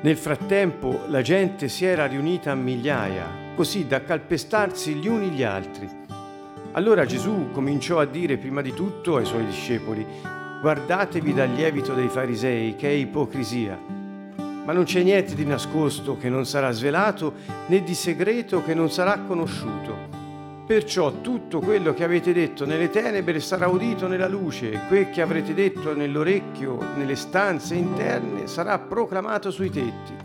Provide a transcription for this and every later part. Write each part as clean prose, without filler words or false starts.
Nel frattempo la gente si era riunita a migliaia, così da calpestarsi gli uni gli altri. Allora Gesù cominciò a dire prima di tutto ai suoi discepoli: guardatevi dal lievito dei farisei, che è ipocrisia. Ma non c'è niente di nascosto che non sarà svelato, né di segreto che non sarà conosciuto. Perciò tutto quello che avete detto nelle tenebre sarà udito nella luce, e quel che avrete detto nell'orecchio, nelle stanze interne, sarà proclamato sui tetti.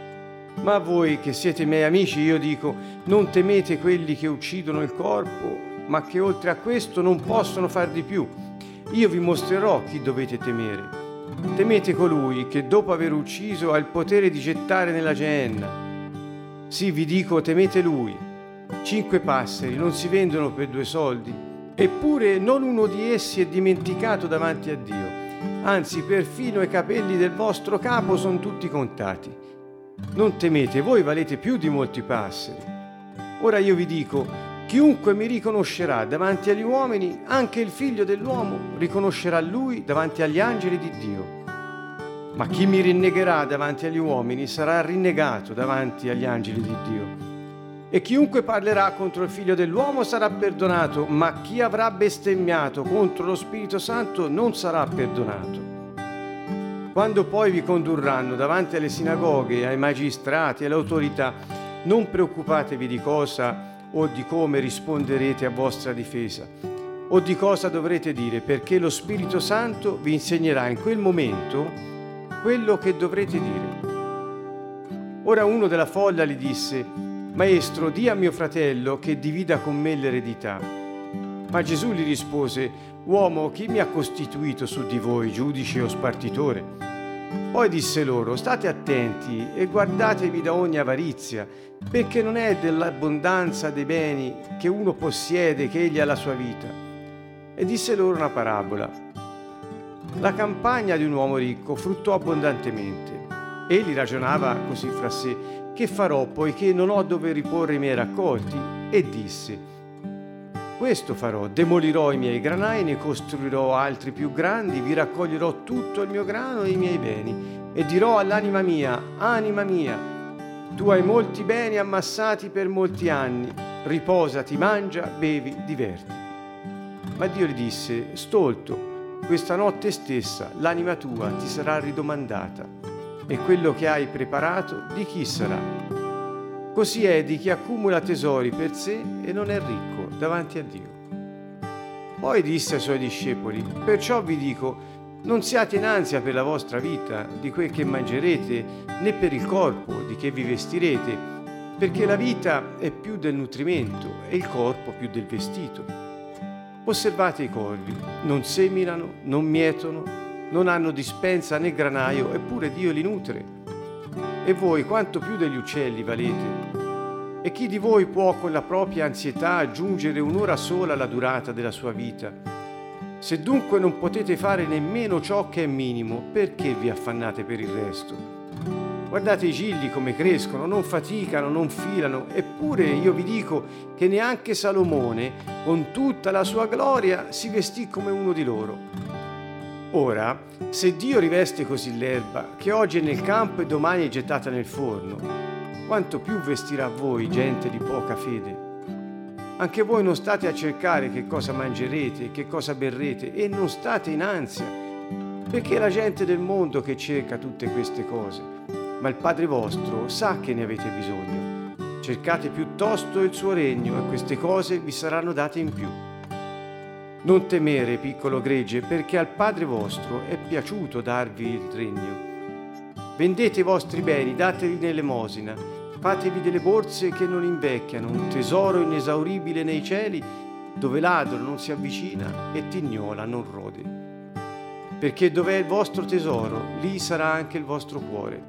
Ma a voi che siete miei amici io dico: non temete quelli che uccidono il corpo, ma che oltre a questo non possono far di più. Io vi mostrerò chi dovete temere. Temete colui che dopo aver ucciso ha il potere di gettare nella Geenna. Sì, vi dico, temete lui. 5 passeri non si vendono per 2 soldi, eppure non uno di essi è dimenticato davanti a Dio. Anzi, perfino i capelli del vostro capo sono tutti contati. Non temete, voi valete più di molti passeri. Ora io vi dico: chiunque mi riconoscerà davanti agli uomini, anche il Figlio dell'uomo riconoscerà lui davanti agli angeli di Dio. Ma chi mi rinnegherà davanti agli uomini sarà rinnegato davanti agli angeli di Dio. E chiunque parlerà contro il Figlio dell'uomo sarà perdonato, ma chi avrà bestemmiato contro lo Spirito Santo non sarà perdonato. Quando poi vi condurranno davanti alle sinagoghe, ai magistrati, alle autorità, non preoccupatevi di cosa o di come risponderete a vostra difesa, o di cosa dovrete dire, perché lo Spirito Santo vi insegnerà in quel momento quello che dovrete dire. Ora uno della folla gli disse: Maestro, di a mio fratello che divida con me l'eredità. Ma Gesù gli rispose: uomo, chi mi ha costituito su di voi, giudice o spartitore? Poi disse loro: state attenti e guardatevi da ogni avarizia, perché non è dell'abbondanza dei beni che uno possiede che egli ha la sua vita. E disse loro una parabola. La campagna di un uomo ricco fruttò abbondantemente. Egli ragionava così fra sé: che farò poiché non ho dove riporre i miei raccolti? E disse: questo farò, demolirò i miei granai, ne costruirò altri più grandi, vi raccoglierò tutto il mio grano e i miei beni, e dirò all'anima mia: anima mia, tu hai molti beni ammassati per molti anni, riposati, mangia, bevi, diverti. Ma Dio gli disse: stolto, questa notte stessa l'anima tua ti sarà ridomandata. E quello che hai preparato di chi sarà? Così è di chi accumula tesori per sé e non è ricco davanti a Dio. Poi disse ai suoi discepoli: perciò vi dico, non siate in ansia per la vostra vita, di quel che mangerete, né per il corpo, di che vi vestirete, perché la vita è più del nutrimento e il corpo più del vestito. Osservate i corvi, non seminano, non mietono, non hanno dispensa né granaio, eppure Dio li nutre. E voi quanto più degli uccelli valete? E chi di voi può con la propria ansietà aggiungere un'ora sola alla durata della sua vita? Se dunque non potete fare nemmeno ciò che è minimo, perché vi affannate per il resto? Guardate i gigli come crescono, non faticano, non filano, eppure io vi dico che neanche Salomone, con tutta la sua gloria, si vestì come uno di loro. Ora, se Dio riveste così l'erba, che oggi è nel campo e domani è gettata nel forno, quanto più vestirà voi, gente di poca fede? Anche voi non state a cercare che cosa mangerete e che cosa berrete, e non state in ansia, perché è la gente del mondo che cerca tutte queste cose. Ma il Padre vostro sa che ne avete bisogno. Cercate piuttosto il suo regno, e queste cose vi saranno date in più. Non temere, piccolo gregge, perché al Padre vostro è piaciuto darvi il regno. Vendete i vostri beni, dateli in elemosina, fatevi delle borse che non invecchiano, un tesoro inesauribile nei cieli, dove ladro non si avvicina e tignola non rode. Perché dov'è il vostro tesoro, lì sarà anche il vostro cuore.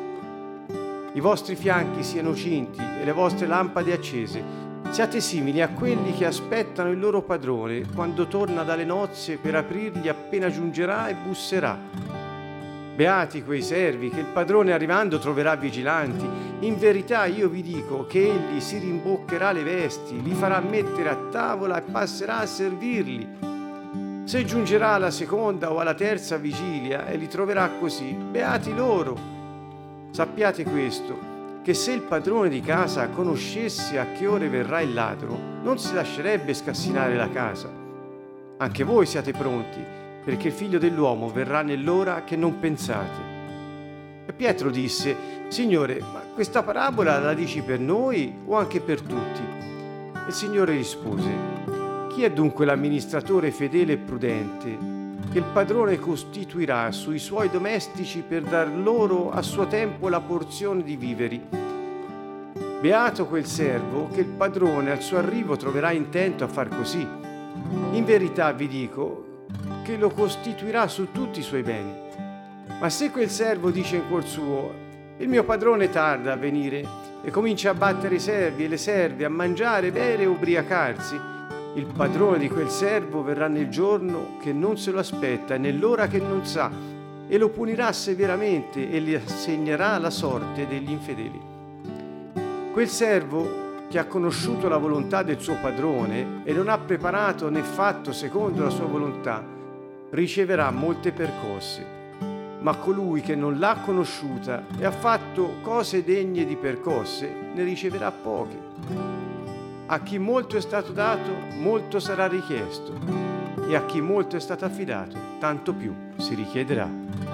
I vostri fianchi siano cinti e le vostre lampade accese. Siate simili a quelli che aspettano il loro padrone quando torna dalle nozze per aprirgli appena giungerà e busserà. Beati quei servi che il padrone arrivando troverà vigilanti. In verità io vi dico che egli si rimboccherà le vesti, li farà mettere a tavola e passerà a servirli. Se giungerà alla seconda o alla terza vigilia e li troverà così, beati loro. Sappiate questo, che se il padrone di casa conoscesse a che ore verrà il ladro, non si lascerebbe scassinare la casa. Anche voi siate pronti, perché il figlio dell'uomo verrà nell'ora che non pensate. E Pietro disse: Signore, ma questa parabola la dici per noi o anche per tutti? Il Signore rispose: Chi è dunque l'amministratore fedele e prudente, che il padrone costituirà sui suoi domestici per dar loro a suo tempo la porzione di viveri? Beato quel servo che il padrone al suo arrivo troverà intento a far così. In verità vi dico che lo costituirà su tutti i suoi beni. Ma se quel servo dice in cuor suo: il mio padrone tarda a venire, e comincia a battere i servi e le serve, a mangiare, bere e ubriacarsi, il padrone di quel servo verrà nel giorno che non se lo aspetta e nell'ora che non sa, e lo punirà severamente e gli assegnerà la sorte degli infedeli. Quel servo che ha conosciuto la volontà del suo padrone e non ha preparato né fatto secondo la sua volontà, riceverà molte percosse. Ma colui che non l'ha conosciuta e ha fatto cose degne di percosse, ne riceverà poche. A chi molto è stato dato, molto sarà richiesto, e a chi molto è stato affidato, tanto più si richiederà.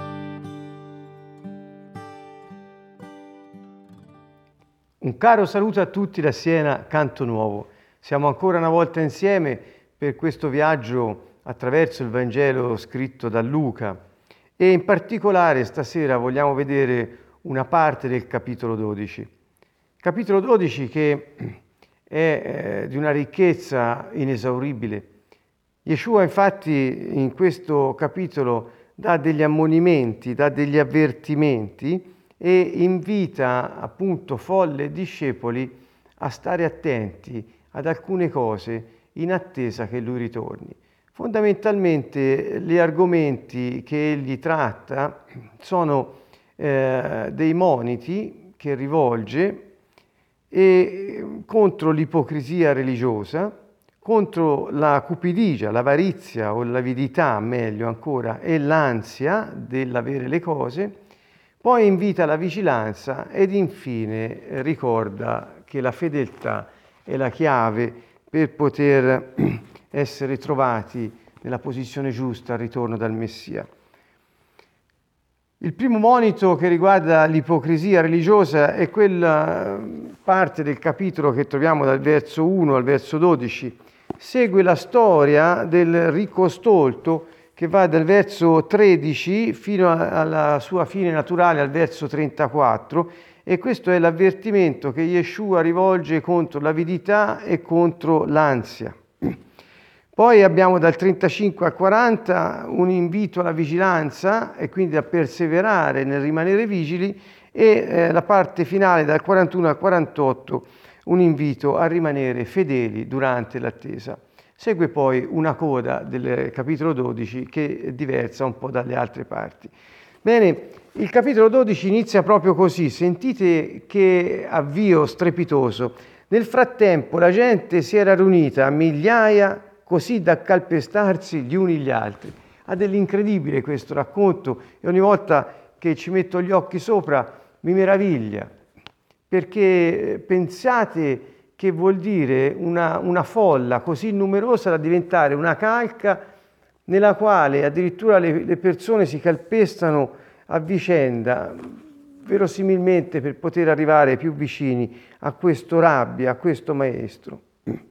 Un caro saluto a tutti da Siena, Canto Nuovo. Siamo ancora una volta insieme per questo viaggio attraverso il Vangelo scritto da Luca, e in particolare stasera vogliamo vedere una parte del capitolo 12. Capitolo 12 che è di una ricchezza inesauribile. Yeshua infatti in questo capitolo dà degli ammonimenti, dà degli avvertimenti e invita appunto folle e discepoli a stare attenti ad alcune cose in attesa che lui ritorni. Fondamentalmente gli argomenti che egli tratta sono dei moniti che rivolge e contro l'ipocrisia religiosa, contro la cupidigia, l'avarizia o l'avidità, meglio ancora, e l'ansia dell'avere le cose, poi invita alla vigilanza ed infine ricorda che la fedeltà è la chiave per poter essere trovati nella posizione giusta al ritorno dal Messia. Il primo monito che riguarda l'ipocrisia religiosa è quella parte del capitolo che troviamo dal verso 1 al verso 12. Segue la storia del ricco stolto che va dal verso 13 fino alla sua fine naturale al verso 34, e questo è l'avvertimento che Yeshua rivolge contro l'avidità e contro l'ansia. Poi abbiamo dal 35 al 40 un invito alla vigilanza e quindi a perseverare nel rimanere vigili, e la parte finale dal 41 al 48 un invito a rimanere fedeli durante l'attesa. Segue poi una coda del capitolo 12 che è diversa un po' dalle altre parti. Bene, il capitolo 12 inizia proprio così, sentite che avvio strepitoso. Nel frattempo la gente si era riunita a migliaia così da calpestarsi gli uni gli altri. Ha dell'incredibile questo racconto e ogni volta che ci metto gli occhi sopra mi meraviglia, perché pensate che vuol dire una folla così numerosa da diventare una calca nella quale addirittura le persone si calpestano a vicenda, verosimilmente per poter arrivare più vicini a questo rabbì, a questo maestro.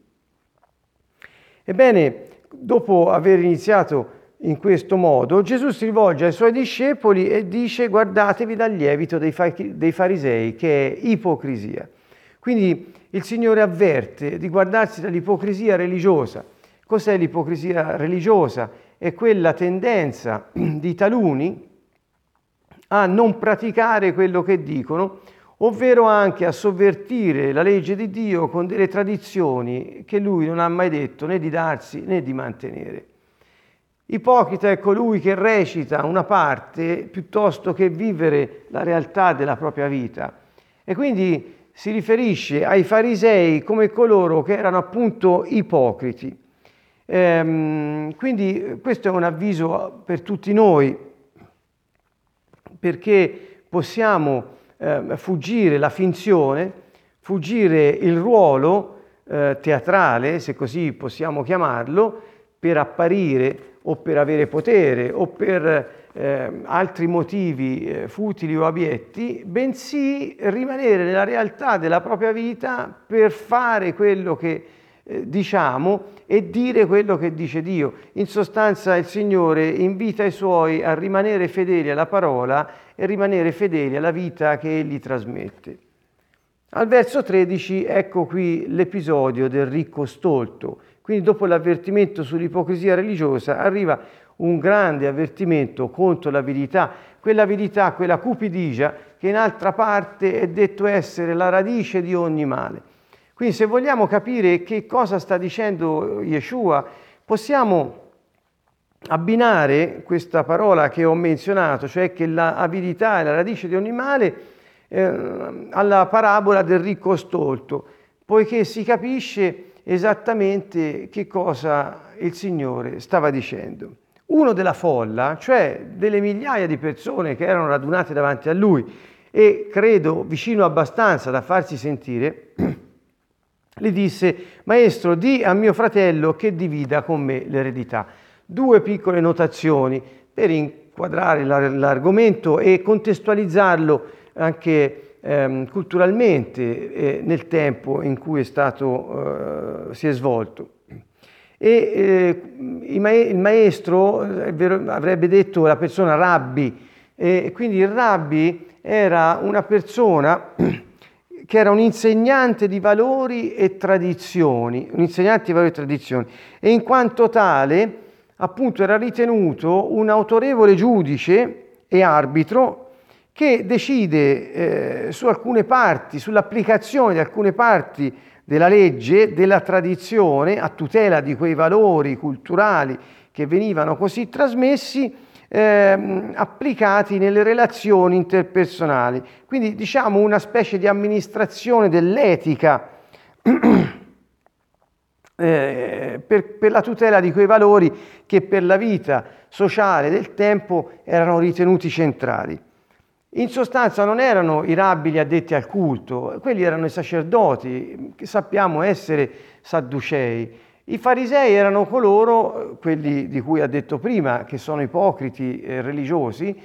Ebbene, dopo aver iniziato in questo modo, Gesù si rivolge ai suoi discepoli e dice: guardatevi dal lievito dei farisei, che è ipocrisia. Quindi il Signore avverte di guardarsi dall'ipocrisia religiosa. Cos'è l'ipocrisia religiosa? È quella tendenza di taluni a non praticare quello che dicono, ovvero anche a sovvertire la legge di Dio con delle tradizioni che Lui non ha mai detto né di darsi né di mantenere. Ipocrita è colui che recita una parte piuttosto che vivere la realtà della propria vita. E quindi si riferisce ai farisei come coloro che erano appunto ipocriti. Quindi questo è un avviso per tutti noi, perché possiamo fuggire la finzione, fuggire il ruolo teatrale, se così possiamo chiamarlo, per apparire o per avere potere o per altri motivi futili o abietti, bensì rimanere nella realtà della propria vita per fare quello che diciamo e dire quello che dice Dio. In sostanza il Signore invita i Suoi a rimanere fedeli alla parola e rimanere fedeli alla vita che Egli trasmette. Al verso 13 ecco qui l'episodio del ricco stolto. Quindi dopo l'avvertimento sull'ipocrisia religiosa arriva un grande avvertimento contro l'avidità, quella cupidigia che in altra parte è detto essere la radice di ogni male. Quindi se vogliamo capire che cosa sta dicendo Yeshua, possiamo abbinare questa parola che ho menzionato, cioè che l'avidità è la radice di ogni male, alla parabola del ricco stolto, poiché si capisce esattamente che cosa il Signore stava dicendo. Uno della folla, cioè delle migliaia di persone che erano radunate davanti a lui e credo vicino abbastanza da farsi sentire, gli disse: Maestro, di a mio fratello che divida con me l'eredità. Due piccole notazioni per inquadrare l'argomento e contestualizzarlo anche culturalmente nel tempo in cui si è svolto. Il maestro avrebbe detto la persona rabbi, e quindi il rabbi era una persona che era un insegnante di valori e tradizioni, e in quanto tale appunto era ritenuto un autorevole giudice e arbitro che decide su alcune parti, sull'applicazione di alcune parti della legge, della tradizione, a tutela di quei valori culturali che venivano così trasmessi, applicati nelle relazioni interpersonali. Quindi diciamo una specie di amministrazione dell'etica per la tutela di quei valori che per la vita sociale del tempo erano ritenuti centrali. In sostanza non erano i rabbi gli addetti al culto, quelli erano i sacerdoti, che sappiamo essere sadducei. I farisei erano coloro, quelli di cui ha detto prima, che sono ipocriti religiosi,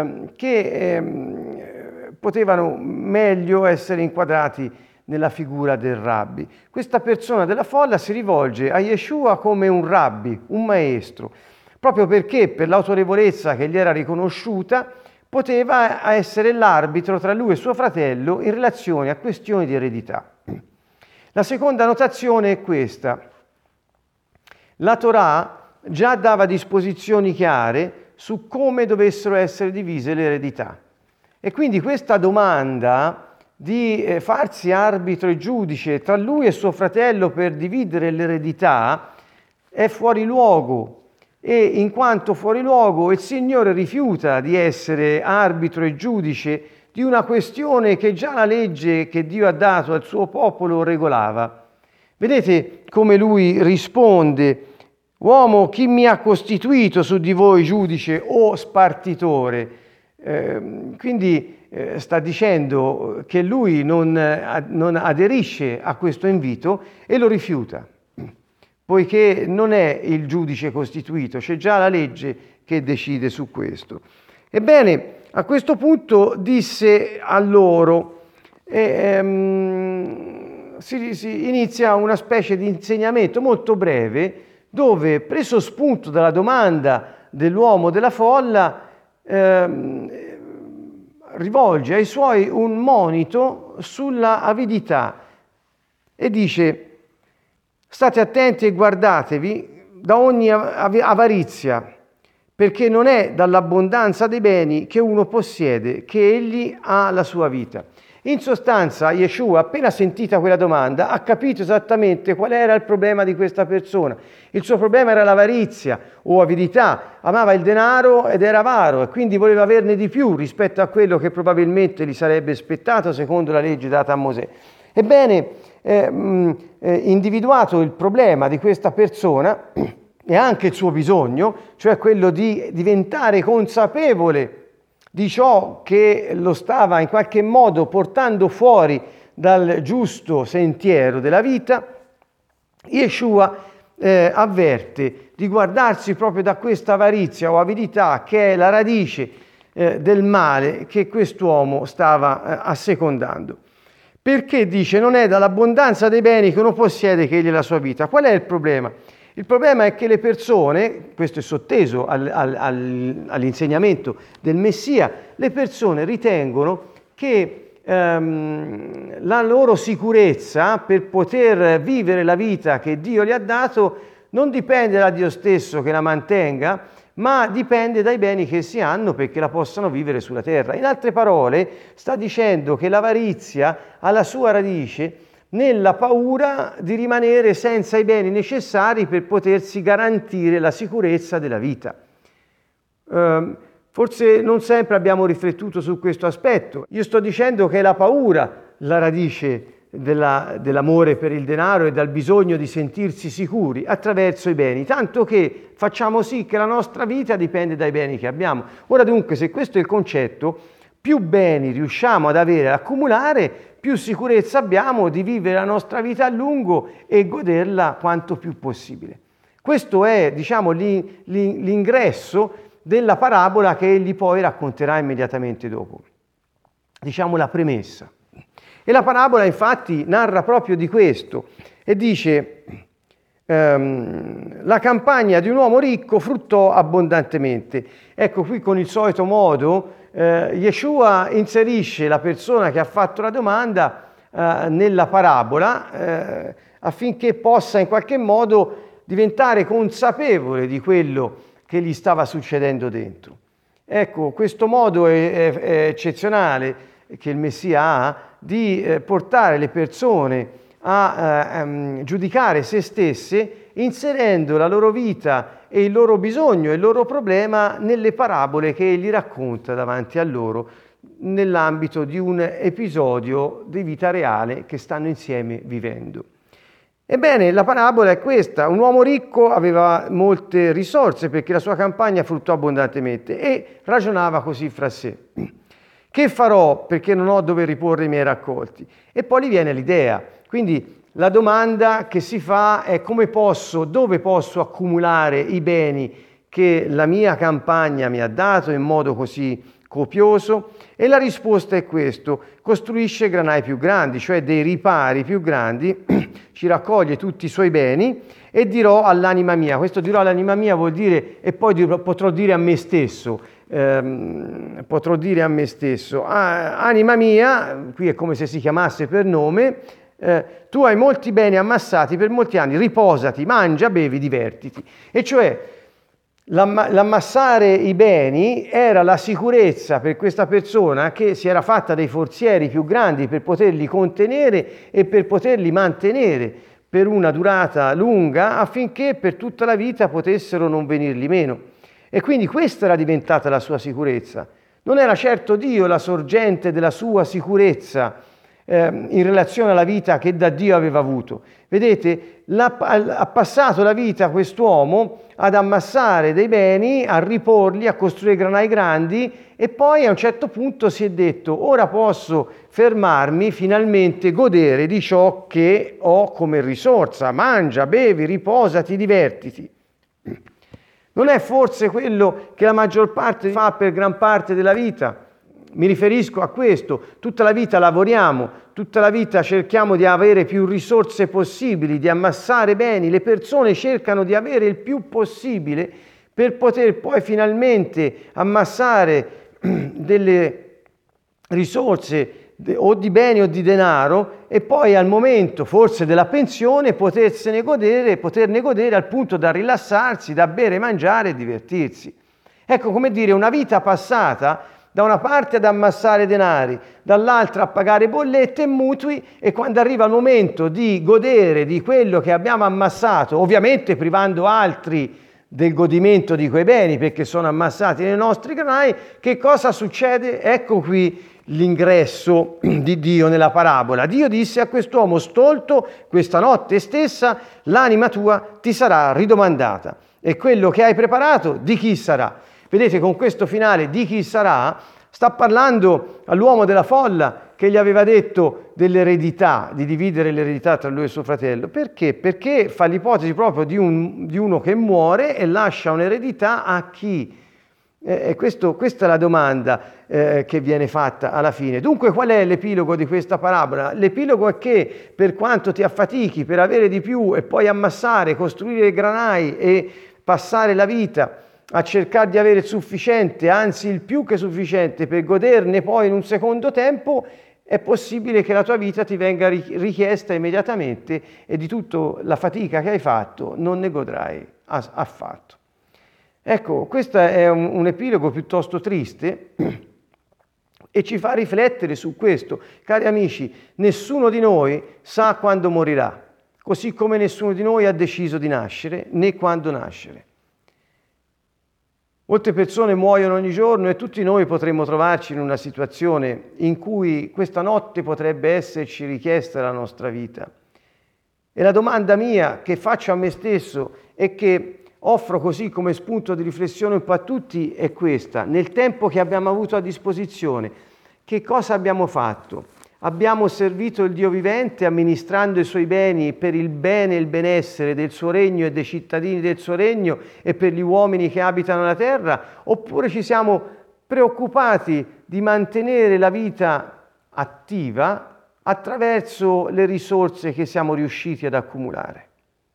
che potevano meglio essere inquadrati nella figura del rabbi. Questa persona della folla si rivolge a Yeshua come un rabbi, un maestro, proprio perché per l'autorevolezza che gli era riconosciuta poteva essere l'arbitro tra lui e suo fratello in relazione a questioni di eredità. La seconda notazione è questa. La Torah già dava disposizioni chiare su come dovessero essere divise le eredità. E quindi questa domanda di farsi arbitro e giudice tra lui e suo fratello per dividere l'eredità è fuori luogo. E in quanto fuori luogo il Signore rifiuta di essere arbitro e giudice di una questione che già la legge che Dio ha dato al suo popolo regolava. Vedete come lui risponde: uomo, chi mi ha costituito su di voi giudice o spartitore? Quindi sta dicendo che lui non aderisce a questo invito e lo rifiuta, poiché non è il giudice costituito, c'è già la legge che decide su questo. Ebbene, a questo punto disse a loro, si inizia una specie di insegnamento molto breve, dove, preso spunto dalla domanda dell'uomo della folla, rivolge ai suoi un monito sulla avidità e dice: state attenti e guardatevi da ogni avarizia, perché non è dall'abbondanza dei beni che uno possiede che egli ha la sua vita. In sostanza, Yeshua, appena sentita quella domanda, ha capito esattamente qual era il problema di questa persona. Il suo problema era l'avarizia o avidità, amava il denaro ed era avaro e quindi voleva averne di più rispetto a quello che probabilmente gli sarebbe spettato secondo la legge data a Mosè. Ebbene, individuato il problema di questa persona e anche il suo bisogno, cioè quello di diventare consapevole di ciò che lo stava in qualche modo portando fuori dal giusto sentiero della vita, Yeshua avverte di guardarsi proprio da questa avarizia o avidità che è la radice del male che quest'uomo stava assecondando. Perché dice non è dall'abbondanza dei beni che uno possiede che egli è la sua vita. Qual è il problema? Il problema è che le persone, questo è sotteso all'insegnamento del Messia, le persone ritengono che la loro sicurezza per poter vivere la vita che Dio gli ha dato non dipende da Dio stesso che la mantenga, ma dipende dai beni che si hanno perché la possano vivere sulla terra. In altre parole, sta dicendo che l'avarizia ha la sua radice nella paura di rimanere senza i beni necessari per potersi garantire la sicurezza della vita. Forse non sempre abbiamo riflettuto su questo aspetto. Io sto dicendo che è la paura la radice dell'amore per il denaro e dal bisogno di sentirsi sicuri attraverso i beni, tanto che facciamo sì che la nostra vita dipende dai beni che abbiamo. Ora dunque, se questo è il concetto, più beni riusciamo ad avere, ad accumulare, più sicurezza abbiamo di vivere la nostra vita a lungo e goderla quanto più possibile. Questo è, diciamo, l'ingresso della parabola che egli poi racconterà immediatamente dopo. Diciamo la premessa. E la parabola infatti narra proprio di questo e dice la campagna di un uomo ricco fruttò abbondantemente. Ecco, qui con il solito modo Yeshua inserisce la persona che ha fatto la domanda nella parabola affinché possa in qualche modo diventare consapevole di quello che gli stava succedendo dentro. Ecco, questo modo è eccezionale che il Messia ha di portare le persone a giudicare se stesse inserendo la loro vita e il loro bisogno e il loro problema nelle parabole che egli racconta davanti a loro nell'ambito di un episodio di vita reale che stanno insieme vivendo. Ebbene, la parabola è questa: un uomo ricco aveva molte risorse perché la sua campagna fruttò abbondantemente e ragionava così fra sé: che farò perché non ho dove riporre i miei raccolti? E poi gli viene l'idea. Quindi la domanda che si fa è dove posso accumulare i beni che la mia campagna mi ha dato in modo così copioso? E la risposta è questo: costruisce granai più grandi, cioè dei ripari più grandi, ci raccoglie tutti i suoi beni e dirò all'anima mia. Questo dirò all'anima mia vuol dire, e poi potrò dire a me stesso, anima mia, qui è come se si chiamasse per nome, tu hai molti beni ammassati per molti anni, riposati, mangia, bevi, divertiti. E cioè l'ammassare i beni era la sicurezza per questa persona che si era fatta dei forzieri più grandi per poterli contenere e per poterli mantenere per una durata lunga affinché per tutta la vita potessero non venirgli meno. E quindi questa era diventata la sua sicurezza. Non era certo Dio la sorgente della sua sicurezza in relazione alla vita che da Dio aveva avuto. Vedete, ha passato la vita quest'uomo ad ammassare dei beni, a riporli, a costruire granai grandi e poi a un certo punto si è detto: ora posso fermarmi, finalmente godere di ciò che ho come risorsa. Mangia, bevi, riposati, divertiti. Non è forse quello che la maggior parte fa per gran parte della vita? Mi riferisco a questo: tutta la vita lavoriamo, tutta la vita cerchiamo di avere più risorse possibili, di ammassare beni, le persone cercano di avere il più possibile per poter poi finalmente ammassare delle risorse o di beni o di denaro e poi al momento forse della pensione poterne godere al punto da rilassarsi, da bere, mangiare e divertirsi. Ecco, come dire, una vita passata da una parte ad ammassare denari, dall'altra a pagare bollette e mutui, e quando arriva il momento di godere di quello che abbiamo ammassato, ovviamente privando altri del godimento di quei beni perché sono ammassati nei nostri granai, che cosa succede? Ecco qui l'ingresso di Dio nella parabola. Dio disse a quest'uomo stolto: questa notte stessa l'anima tua ti sarà ridomandata e quello che hai preparato di chi sarà? Vedete, con questo finale di chi sarà Sta parlando all'uomo della folla che gli aveva detto dell'eredità, di dividere l'eredità tra lui e suo fratello. Perché? Perché fa l'ipotesi proprio di uno che muore e lascia un'eredità a chi? Questa è la domanda che viene fatta alla fine. Dunque qual è l'epilogo di questa parabola? L'epilogo è che per quanto ti affatichi per avere di più e poi ammassare, costruire granai e passare la vita a cercare di avere il sufficiente, anzi il più che sufficiente per goderne poi in un secondo tempo, è possibile che la tua vita ti venga richiesta immediatamente e di tutta la fatica che hai fatto non ne godrai affatto. Ecco, questo è un epilogo piuttosto triste e ci fa riflettere su questo. Cari amici, nessuno di noi sa quando morirà, così come nessuno di noi ha deciso di nascere né quando nascere. Molte persone muoiono ogni giorno e tutti noi potremmo trovarci in una situazione in cui questa notte potrebbe esserci richiesta la nostra vita. E la domanda mia che faccio a me stesso e che offro così come spunto di riflessione un po' a tutti è questa: nel tempo che abbiamo avuto a disposizione, che cosa abbiamo fatto? Abbiamo servito il Dio vivente amministrando i suoi beni per il bene e il benessere del suo regno e dei cittadini del suo regno e per gli uomini che abitano la terra? Oppure ci siamo preoccupati di mantenere la vita attiva attraverso le risorse che siamo riusciti ad accumulare?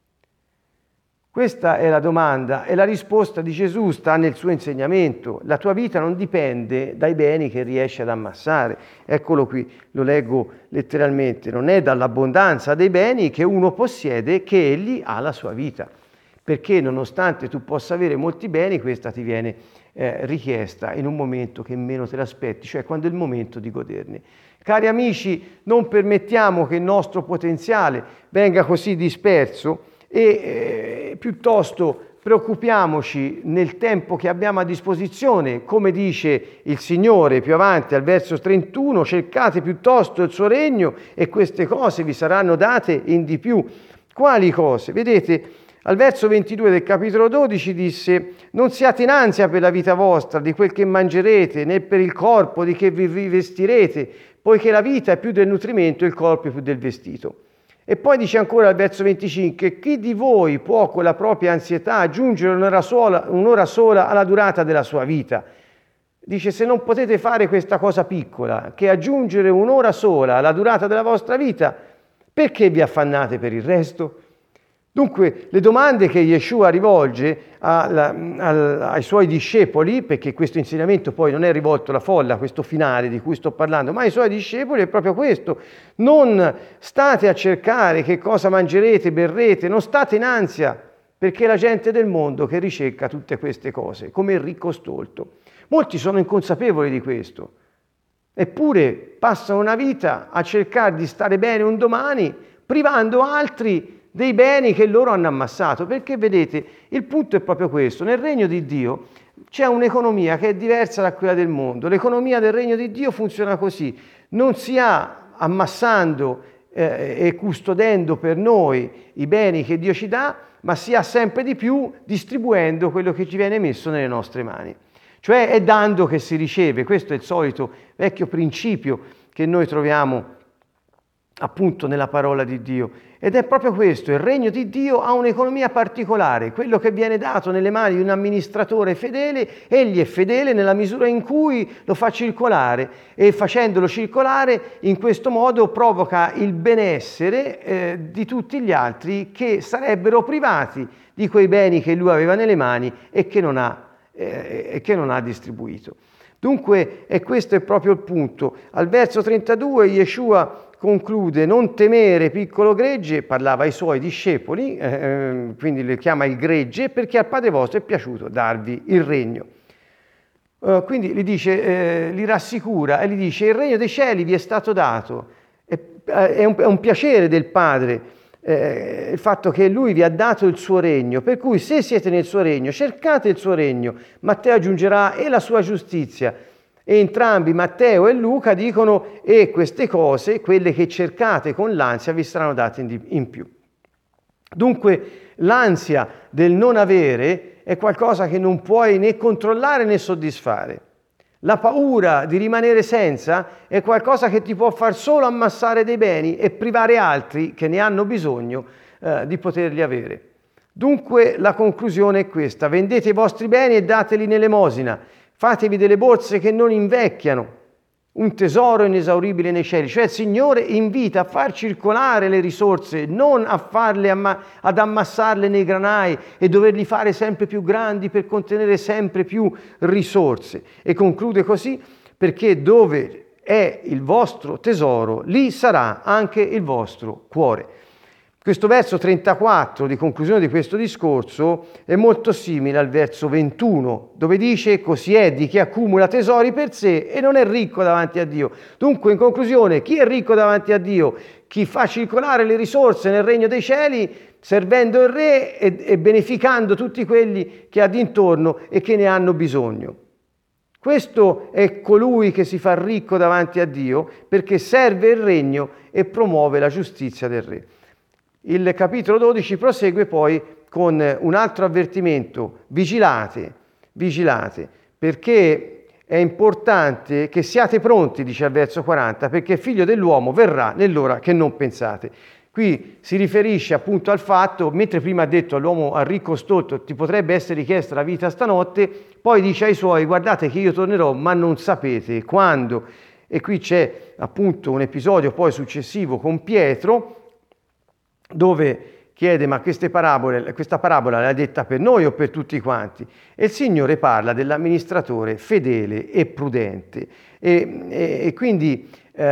Questa è la domanda e la risposta di Gesù sta nel suo insegnamento. La tua vita non dipende dai beni che riesci ad ammassare. Eccolo qui, lo leggo letteralmente. Non è dall'abbondanza dei beni che uno possiede che egli ha la sua vita. Perché nonostante tu possa avere molti beni, questa ti viene richiesta in un momento che meno te l'aspetti, cioè quando è il momento di goderne. Cari amici, non permettiamo che il nostro potenziale venga così disperso e piuttosto preoccupiamoci nel tempo che abbiamo a disposizione, come dice il Signore più avanti al verso 31, cercate piuttosto il suo regno e queste cose vi saranno date in di più. Quali cose? Vedete, al verso 22 del capitolo 12 disse: non siate in ansia per la vita vostra, di quel che mangerete, né per il corpo di che vi vestirete, poiché la vita è più del nutrimento e il corpo è più del vestito. E poi dice ancora al verso 25: chi di voi può con la propria ansietà aggiungere un'ora sola alla durata della sua vita? Dice: se non potete fare questa cosa piccola, che aggiungere un'ora sola alla durata della vostra vita, perché vi affannate per il resto? Dunque, le domande che Yeshua rivolge ai suoi discepoli, perché questo insegnamento poi non è rivolto alla folla, questo finale di cui sto parlando, ma ai suoi discepoli è proprio questo: non state a cercare che cosa mangerete, berrete, non state in ansia, perché la gente del mondo che ricerca tutte queste cose, come il ricco stolto. Molti sono inconsapevoli di questo, eppure passano una vita a cercare di stare bene un domani, privando altri dei beni che loro hanno ammassato, perché vedete, il punto è proprio questo: nel regno di Dio c'è un'economia che è diversa da quella del mondo. L'economia del regno di Dio funziona così: non si ha ammassando e custodendo per noi i beni che Dio ci dà, ma si ha sempre di più distribuendo quello che ci viene messo nelle nostre mani. Cioè è dando che si riceve. Questo è il solito vecchio principio che noi troviamo appunto nella parola di Dio. Ed è proprio questo: il regno di Dio ha un'economia particolare. Quello che viene dato nelle mani di un amministratore fedele, egli è fedele nella misura in cui lo fa circolare, e facendolo circolare in questo modo provoca il benessere di tutti gli altri che sarebbero privati di quei beni che lui aveva nelle mani e che non ha distribuito. Dunque, questo è proprio il punto. Al verso 32 Yeshua conclude: non temere, piccolo gregge, parlava ai suoi discepoli, quindi le chiama il gregge, perché al Padre vostro è piaciuto darvi il regno. Quindi gli dice, li rassicura e gli dice: il regno dei cieli vi è stato dato, è un piacere del Padre, il fatto che Lui vi ha dato il suo regno, per cui se siete nel suo regno, cercate il suo regno. Matteo aggiungerà: e la sua giustizia. E entrambi, Matteo e Luca, dicono: e queste cose, quelle che cercate con l'ansia, vi saranno date in più. Dunque l'ansia del non avere è qualcosa che non puoi né controllare né soddisfare. La paura di rimanere senza è qualcosa che ti può far solo ammassare dei beni e privare altri che ne hanno bisogno di poterli avere. Dunque la conclusione è questa: vendete i vostri beni e dateli in elemosina, fatevi delle borse che non invecchiano, un tesoro inesauribile nei cieli. Cioè il Signore invita a far circolare le risorse, non a farle ad ammassarle nei granai e doverli fare sempre più grandi per contenere sempre più risorse. E conclude così: perché dove è il vostro tesoro, lì sarà anche il vostro cuore. Questo verso 34 di conclusione di questo discorso è molto simile al verso 21, dove dice: così è di chi accumula tesori per sé e non è ricco davanti a Dio. Dunque, in conclusione, chi è ricco davanti a Dio? Chi fa circolare le risorse nel regno dei cieli, servendo il Re e beneficando tutti quelli che ha d'intorno e che ne hanno bisogno. Questo è colui che si fa ricco davanti a Dio, perché serve il regno e promuove la giustizia del Re. Il capitolo 12 prosegue poi con un altro avvertimento: vigilate, perché è importante che siate pronti, dice al verso 40, perché il Figlio dell'uomo verrà nell'ora che non pensate. Qui si riferisce appunto al fatto, mentre prima ha detto all'uomo, al ricco stolto, ti potrebbe essere richiesta la vita stanotte, poi dice ai suoi: guardate che io tornerò, ma non sapete quando. E qui c'è appunto un episodio poi successivo con Pietro, dove chiede: ma questa parabola l'ha detta per noi o per tutti quanti? E il Signore parla dell'amministratore fedele e prudente e quindi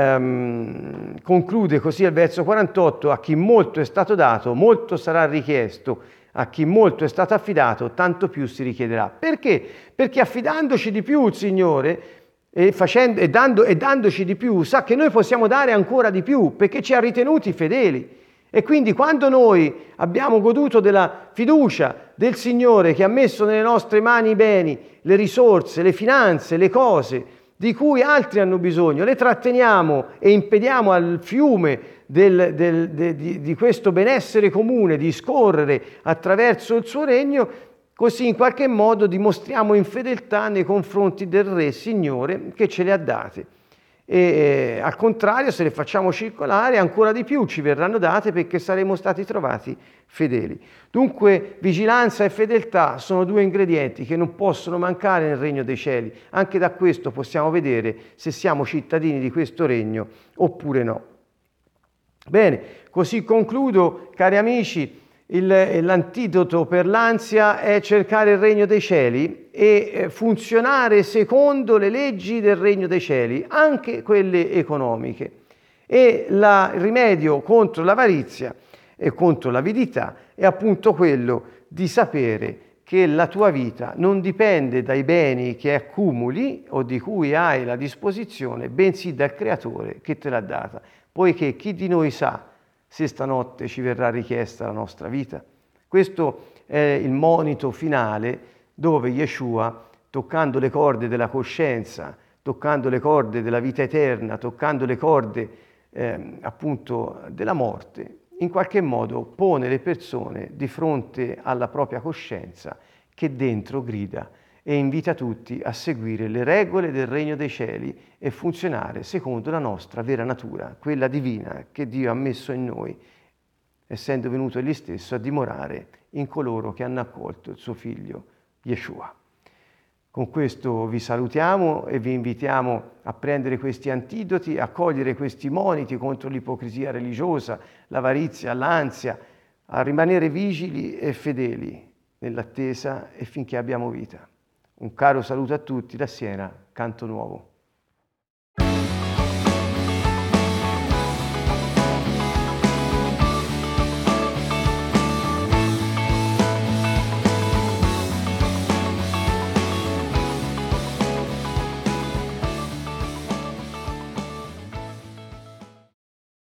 conclude così al verso 48: a chi molto è stato dato, molto sarà richiesto, a chi molto è stato affidato, tanto più si richiederà. Perché? Perché affidandoci di più il Signore e dandoci di più, sa che noi possiamo dare ancora di più, perché ci ha ritenuti fedeli. E quindi quando noi abbiamo goduto della fiducia del Signore, che ha messo nelle nostre mani i beni, le risorse, le finanze, le cose di cui altri hanno bisogno, le tratteniamo e impediamo al fiume di questo benessere comune di scorrere attraverso il suo regno, così in qualche modo dimostriamo infedeltà nei confronti del Re Signore che ce le ha date. E al contrario, se le facciamo circolare, ancora di più ci verranno date, perché saremo stati trovati fedeli. Dunque vigilanza e fedeltà sono due ingredienti che non possono mancare nel regno dei cieli. Anche da questo possiamo vedere se siamo cittadini di questo regno oppure no. Bene, così concludo, cari amici. L'antidoto per l'ansia è cercare il regno dei cieli e funzionare secondo le leggi del regno dei cieli, anche quelle economiche. E il rimedio contro l'avarizia e contro l'avidità è appunto quello di sapere che la tua vita non dipende dai beni che accumuli o di cui hai la disposizione, bensì dal Creatore che te l'ha data, poiché chi di noi sa se stanotte ci verrà richiesta la nostra vita. Questo è il monito finale, dove Yeshua, toccando le corde della coscienza, toccando le corde della vita eterna, toccando le corde appunto della morte, in qualche modo pone le persone di fronte alla propria coscienza, che dentro grida e invita tutti a seguire le regole del regno dei cieli e funzionare secondo la nostra vera natura, quella divina che Dio ha messo in noi, essendo venuto Egli stesso a dimorare in coloro che hanno accolto il suo Figlio Yeshua. Con questo vi salutiamo e vi invitiamo a prendere questi antidoti, a cogliere questi moniti contro l'ipocrisia religiosa, l'avarizia, l'ansia, a rimanere vigili e fedeli nell'attesa e finché abbiamo vita. Un caro saluto a tutti da Siena, Canto Nuovo.